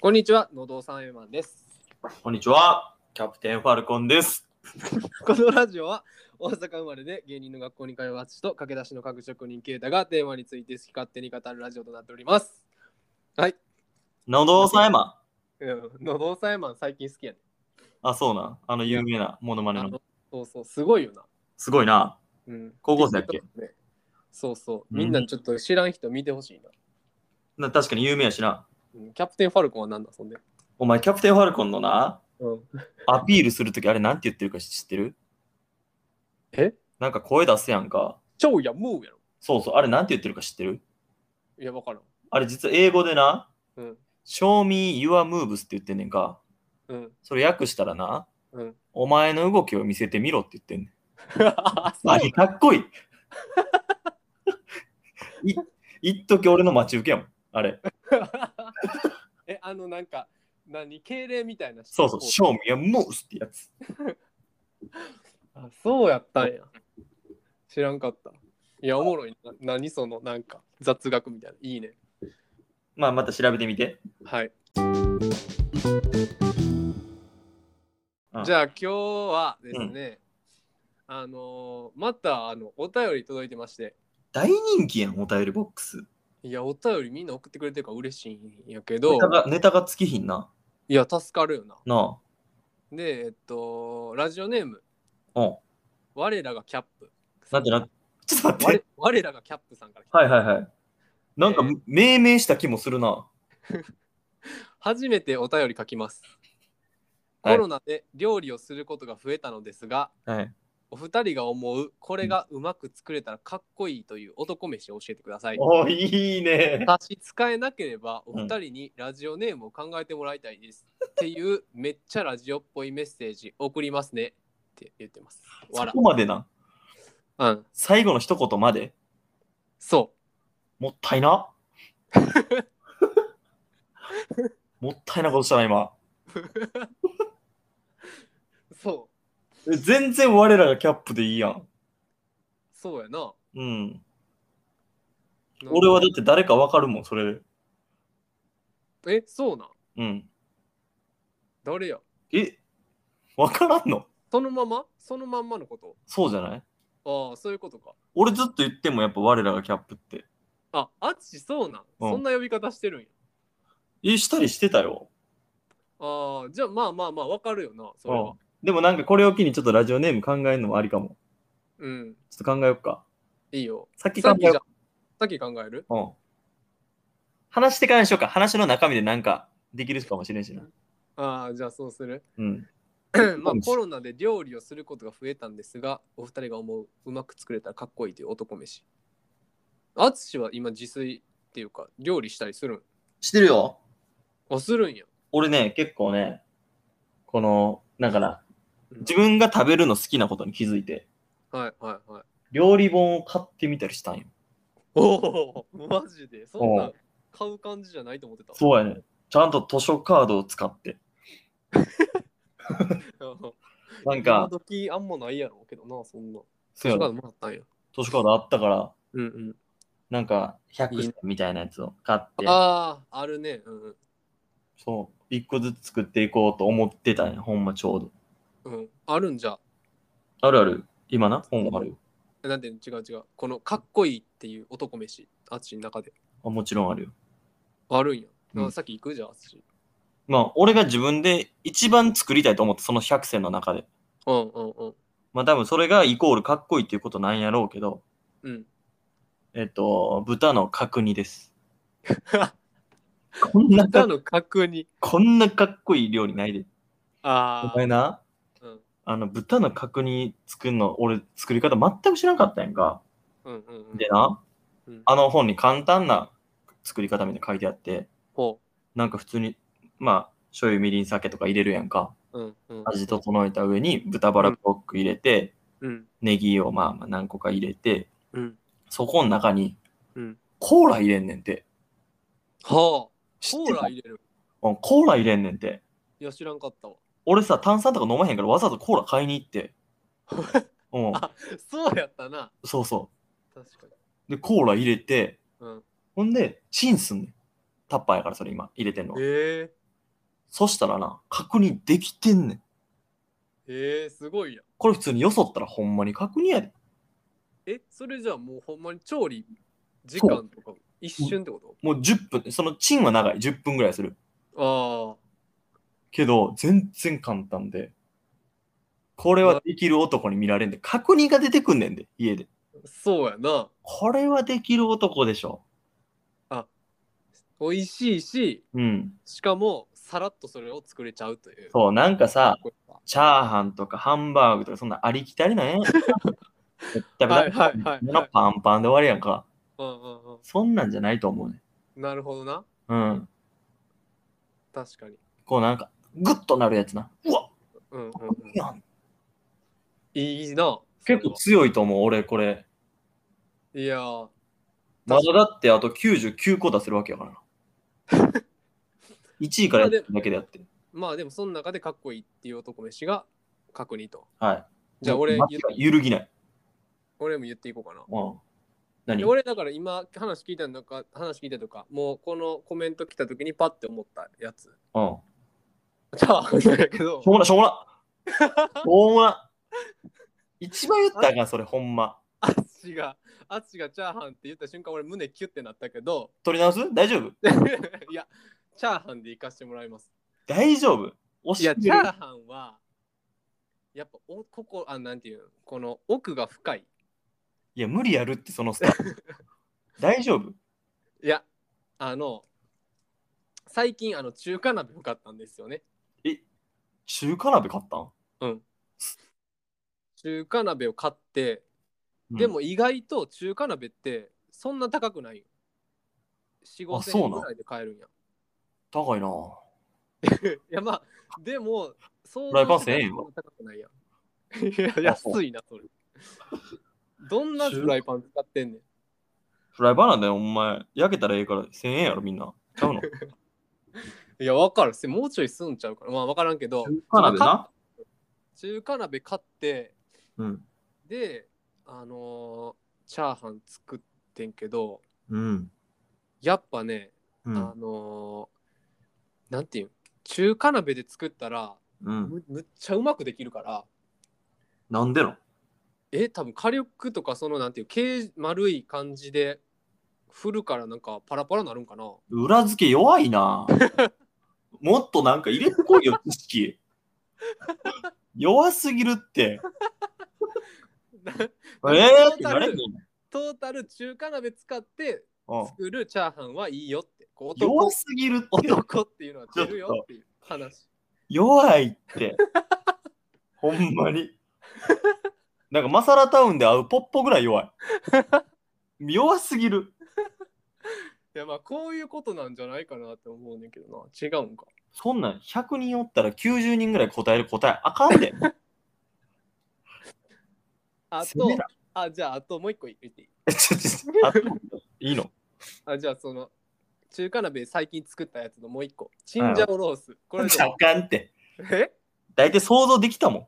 こんにちは、のどさんえまんです。 こんにちは、キャプテンファルコンです。 このラジオは大阪生まれで芸人の学校に通う淳と駆け出しの各職人啓太がテーマについて好き勝手に語るラジオとなっております。はい。 のどさえま。 のどさんえまん最近好きやね。 あ、そうな。有名なモノマネの。 そうそう、すごいよな。 すごいな。高校生だっけ、 ね、そうそう、みんなちょっと知らん人見てほしいな。 確かに有名やしな。 キャプテンファルコンは何だそんで。 お前、キャプテンファルコンのな、 うん、 アピールするときあれなんて言ってるか知ってる？なんか声出すやんか。 超やムーやろ。 そうそう、あれなんて言ってるか知ってる？ いや、わからん。 あれ実は英語でな、 うん。 Show me your moves って言ってんねんか。 うん。 それ訳したらな、 うん。 お前の動きを見せてみろって言ってんねん。 あれかっこいい。一時俺の待ち受けやもん、あれ。 なんか、敬礼みたいな。 そうそう、Show me your moves ってやつ。 あ、そうやったんや。知らんかった。いや、おもろいな。何その、なんか、雑学みたいな。いいね。 まあ、また調べてみて。 はい。 うん、 じゃあ、今日はですね、また、お便り届いてまして。 大人気やん、お便りボックス。 いや、お便りみんな送ってくれてるから嬉しいんやけど、 ネタが尽きひんな。 いや、助かるよな。 なで、ラジオネーム、 あ。 我らがキャップ。 なんてな、ちょっと待って。 我らがキャップさんから来た。 はいはいはい。なんか、命名した気もするな。 初めてお便り書きます。コロナで料理をすることが増えたのですが、 はい。 お二人が思うこれがうまく作れたらかっこいいという男飯を教えてください。 お、いいね。 差し支えなければお二人にラジオネームを考えてもらいたいです、っていうめっちゃラジオっぽいメッセージ送りますねって言ってます。 そこまでな。 うん。 最後の一言まで。 そう。 もったいな。もったいなことしたな、今。 そう。 全然我らがキャップでいいやん。 そうやな。 うん。俺はだって誰かわかるもん、それ。 そうなん。 うん。 誰や。 わからんの？ そのまんまのこと。 そうじゃない？ ああ、そういうことか。 俺ずっと言ってもやっぱ我らがキャップって。 あっちそうなん。そんな呼び方してるんや。 したりしてたよ。 ああ、じゃあまあわかるよな、それは。 でもなんかこれを機にちょっとラジオネーム考えるのもありかも。 うん。 ちょっと考えようか。 いいよ。 さっき考えよう。 さっき考える？ うん。話してからにしようか。話の中身でなんかできるかもしれんしな。 ああ、じゃあそうする。 うん。 まあコロナで料理をすることが増えたんですが、お二人が思ううまく作れたらかっこいいという男飯。あつしは今自炊っていうか料理したりするん？ してるよ。 あ、するんや。 俺ね、結構ね、なんかな、自分が食べるの好きなことに気づいて、 はいはいはい。 料理本を買ってみたりしたんよ。 おお、マジでそんな買う感じじゃないと思ってた。 そうやね。ちゃんと図書カードを使って。なんか、 今時あんまないやろうけどな、そんな。 図書カードもらったんや。 図書カードあったから、 うんうん。 なんか100選みたいなやつを買って。 ああ、あるね。うん。 そう、一個ずつ作っていこうと思ってたんや、ほんまちょうど。 うん。あるんじゃ。 あるある。今な、本ある。 なんて違う。このかっこいいっていう男飯、あっちの中で。 もちろんあるよ。 あるんや。 うん、 さっき行くじゃん、あっち。 まあ、俺が自分で一番作りたいと思って、その100選の中で。 うん。 まあ多分それがイコールかっこいいっていうことなんやろうけど、 うん。 豚の角煮です。 豚の角煮。 こんなかっこいい料理ないで。 ああ。 お前な、豚の角煮作るの、俺作り方全く知らなかったやんか。でな、あの本に簡単な作り方みたいな書いてあって、なんか普通に、まあ、醤油、みりん、酒とか入れるやんか。味整えた上に豚バラブロック入れて、ネギをまあ何個か入れて、そこの中にコーラ入れんねんて。 はあ。コーラ入れる。 コーラ入れんねんて。 いや、知らんかったわ。 俺さ、炭酸とか飲まへんからわざわざコーラ買いに行って。 あ、そうやったな。 そうそう。 確かに。 で、コーラ入れて、ほんで、チンすんねん。タッパーやからそれ今入れてんの。 そしたらな、確認できてんねん。 すごいやん。 これ普通によそったらほんまに確認やで。 それじゃあもうほんまに調理時そう間とか一瞬ってこと？ もう10分、そのチンは長い、10分ぐらいする。 あけど、全然簡単で、これはできる男に見られんで、確認が出てくんねんで、家で。 そうやな。 これはできる男でしょ。 あ、美味しいし、 うん。 しかもさらっとそれを作れちゃうという。 そう、なんかさ、 これはチャーハンとかハンバーグとか、そんなありきたりな食べはいはいはいはい。 パンパンで終わりやんか。 うんうんうん。 そんなんじゃないと思うね。 なるほどな。 うん。 確かに。 こうなんか、グッとなるやつな。うわ、 うんうんうん。 いいやん。 いいな。 結構強いと思う、俺これ。 いやー、 まだだってあと99個出せるわけやからな。1位からやってるだけでやって。 まあでもその中でかっこいいっていう男飯が角煮と。 はい。 じゃあ俺間違い揺るぎない。 俺も言っていこうかな。 うん。何？ 俺だから今話聞いたとか、もうこのコメント来た時にパッて思ったやつ。 うん。 じゃあ、そうやけど。 しょうもな、しょうもな。しょうもな。一番言ったらあかん、それ、ほんま。 あっちがチャーハンって言った瞬間、俺胸キュッてなったけど。 取り直す？大丈夫？ いや、チャーハンで行かしてもらいます。 大丈夫？ いや、チャーハンは、やっぱなんていうの、この奥が深い。 いや、無理やるって、そのスタート。大丈夫？ いや、最近中華鍋を買ったんですよね。 中華鍋買ったん？ うん。中華鍋を買って、でも意外と中華鍋ってそんな高くないよ。4、5千円ぐらいで買えるんや。 高いな。 いやまあ、でも、 フライパン1000円そんな高くないやん。いや、安いな、それ。どんなフライパン使ってんねん。 フライパンなんだよ、お前。焼けたらええから1000円やろ、みんな。ちゃうの？ いや、わかる。もうちょいすんちゃうから。まあ、わからんけど。 中華鍋な。 中華鍋買って、 うん。 で、チャーハン作ってんけど、 うん。 やっぱね、 うん、 なんていうん、中華鍋で作ったら、 うん、 むっちゃうまくできるから。 なんでの？ 多分火力とかなんていう丸い感じで振るからなんかパラパラなるんかな。 裏付け弱いな。もっとなんか入れてこいよ、知識。弱すぎるって。ってなれんの？ トータル中華鍋使って作るチャーハンはいいよって。 弱すぎるって。 男っていうのは出るよっていう話。 弱いって。ほんまに。なんかマサラタウンで会うポッポぐらい弱い。弱すぎる。 いやまあこういうことなんじゃないかなって思うねんけどな。違うんか。 そんなん100人おったら90人ぐらい答える答えあかんで。 じゃああともう一個言っていい？ いいの？ じゃあ中華鍋最近作ったやつのもう一個。チンジャオロース。 これあかんって。 え？ 大体想像できたもん。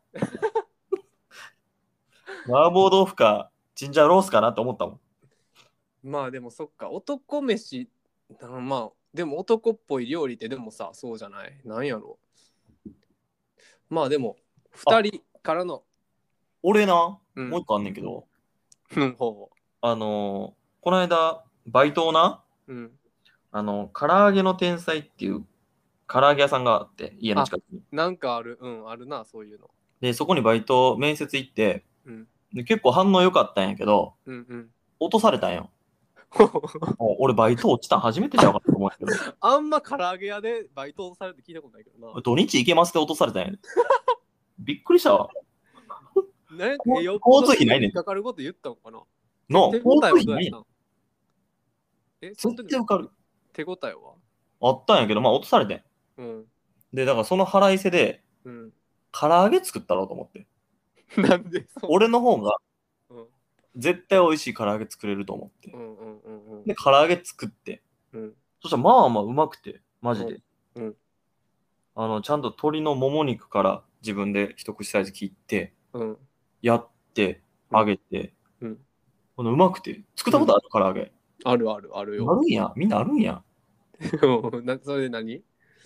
麻婆豆腐かチンジャオロースかなって思ったもん。 まあでもそっか、男飯、まあでも男っぽい料理ってでもさ、そうじゃない？なんやろう。まあでも、2人からの。 俺な、もう一個あんねんけど、この間、バイトをな、唐揚げの天才っていう唐揚げ屋さんがあって、家の近くに。 なんかある、あるな、そういうの。 で、そこにバイト、面接行って、で結構反応良かったんやけど、落とされたんよ。俺バイト落ちたん初めてちゃうかと思うけど。 あんま唐揚げ屋でバイトされて聞いたことないけどな。 土日行けますって落とされたんや。びっくりしたわ。 交通費ないねん。 かかること言ったのかな？ 交通費ないねん。 絶対受かる。手応えはあったんやけど、まあ落とされてん。で、だからその腹いせで、唐揚げ作ったろうと思って。 なんで俺の方が、絶対美味しい唐揚げ作れると思って。で、唐揚げ作って。そしたらまあまあうまくて、マジで。ちゃんと鶏のもも肉から自分で一口サイズ切って、やって、揚げて、うまくて。作ったことある？唐揚げ。 あるよ。 あるんや。みんなあるんや。 それで何？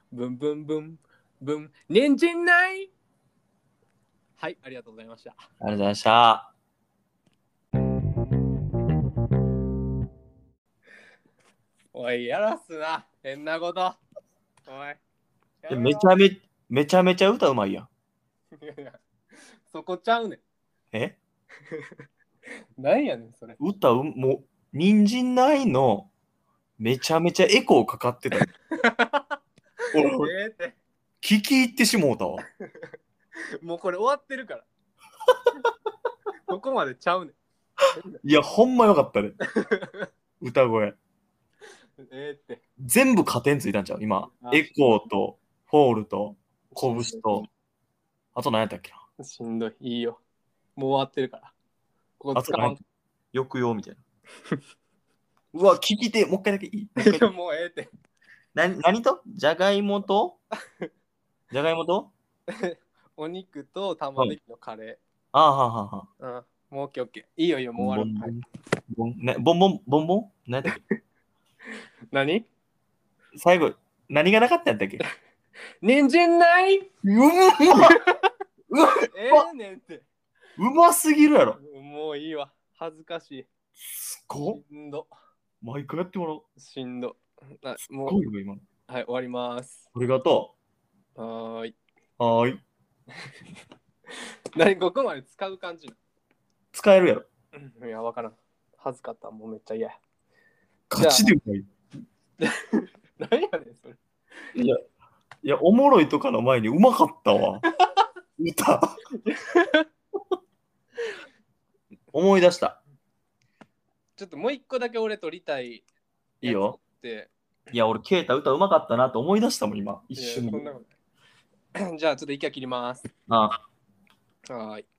ブンブンブンブン。人参ない。はい、ありがとうございました。 ありがとうございました。 おい、やらすな。変なこと。おい。 めちゃめちゃ歌うまいやん。 そこちゃうねん。 えなんやねん、それ。 もう、人参ないの、めちゃめちゃエコーかかってた。俺、聞き入ってしもうたわ。 もうこれ終わってるから。ここまでちゃうねん。いや、ほんまよかったね。歌声。全部加点ついたんちゃう今。エコーと、フォールと、拳と、あと何やったっけな。しんどい。いいよ。もう終わってるから。 ここ使わん。抑揚みたいな。 うわ、聞きて、もう一回だけいい？ もうええって。 何とじゃがいもとじゃがいもとお肉と玉ねぎのカレー。 ああ、ははは。 うん。もうオッケーオッケー。いいよいいよ、もう終わる。 ボンボン何やったっけ何最後、何がなかったんだっけ人参ない？ うまっねんって。 うますぎるやろ。 もういいわ。恥ずかしい。 すごっ。 しんど。 毎回やってもらおう。 しんど。 すごいよ、今。 はい、終わります。 ありがとう。はーい。 はーい。 何ここまで使う感じな使えるやろ。 いや、わからん。恥ずかった。もうめっちゃ嫌や。 ガチでうまい。 何やねん、それ。 いや、おもろいとかの前にうまかったわ。歌。思い出した。 ちょっともう一個だけ俺撮りたい。 いいよ。いや、俺、ケイタ歌うまかったなと思い出したもん、今。一瞬に。 じゃあ、ちょっと息は切ります。 ああ。 はい。